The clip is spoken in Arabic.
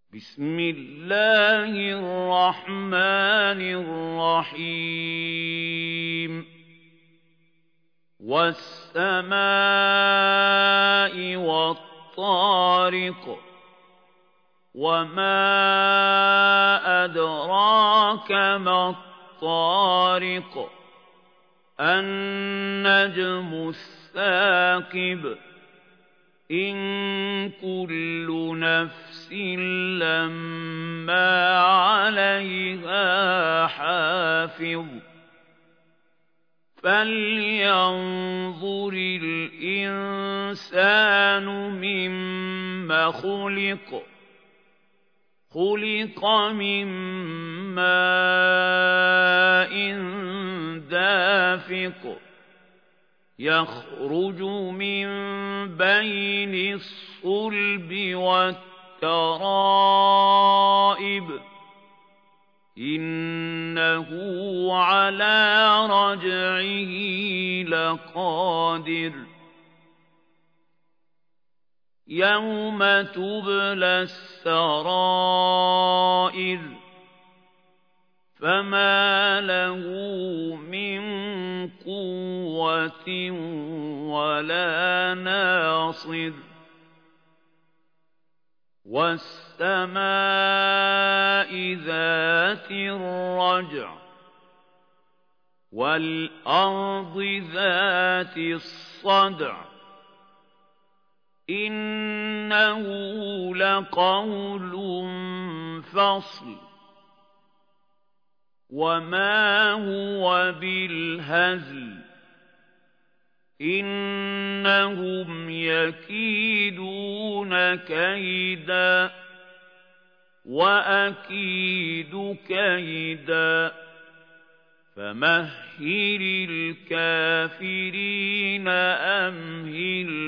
بسم الله الرحمن الرحيم والسماء والطارق وما أدراك ما الطارق النجم الثاقب إن كل نفس لما عليها حافظ فلينظر الإنسان مما خلق من ماء دافق يخرج من بين الصلب والترائب إنه على رجعه لقادر يوم تبلى السرائر فما له من قوة ولا ناصر والسماء ذات الرجع والأرض ذات الصدع إنه لقول فصل وما هو بالهزل إنهم يكيدون كيدا وأكيد كيدا فمهل الكافرين أمهلهم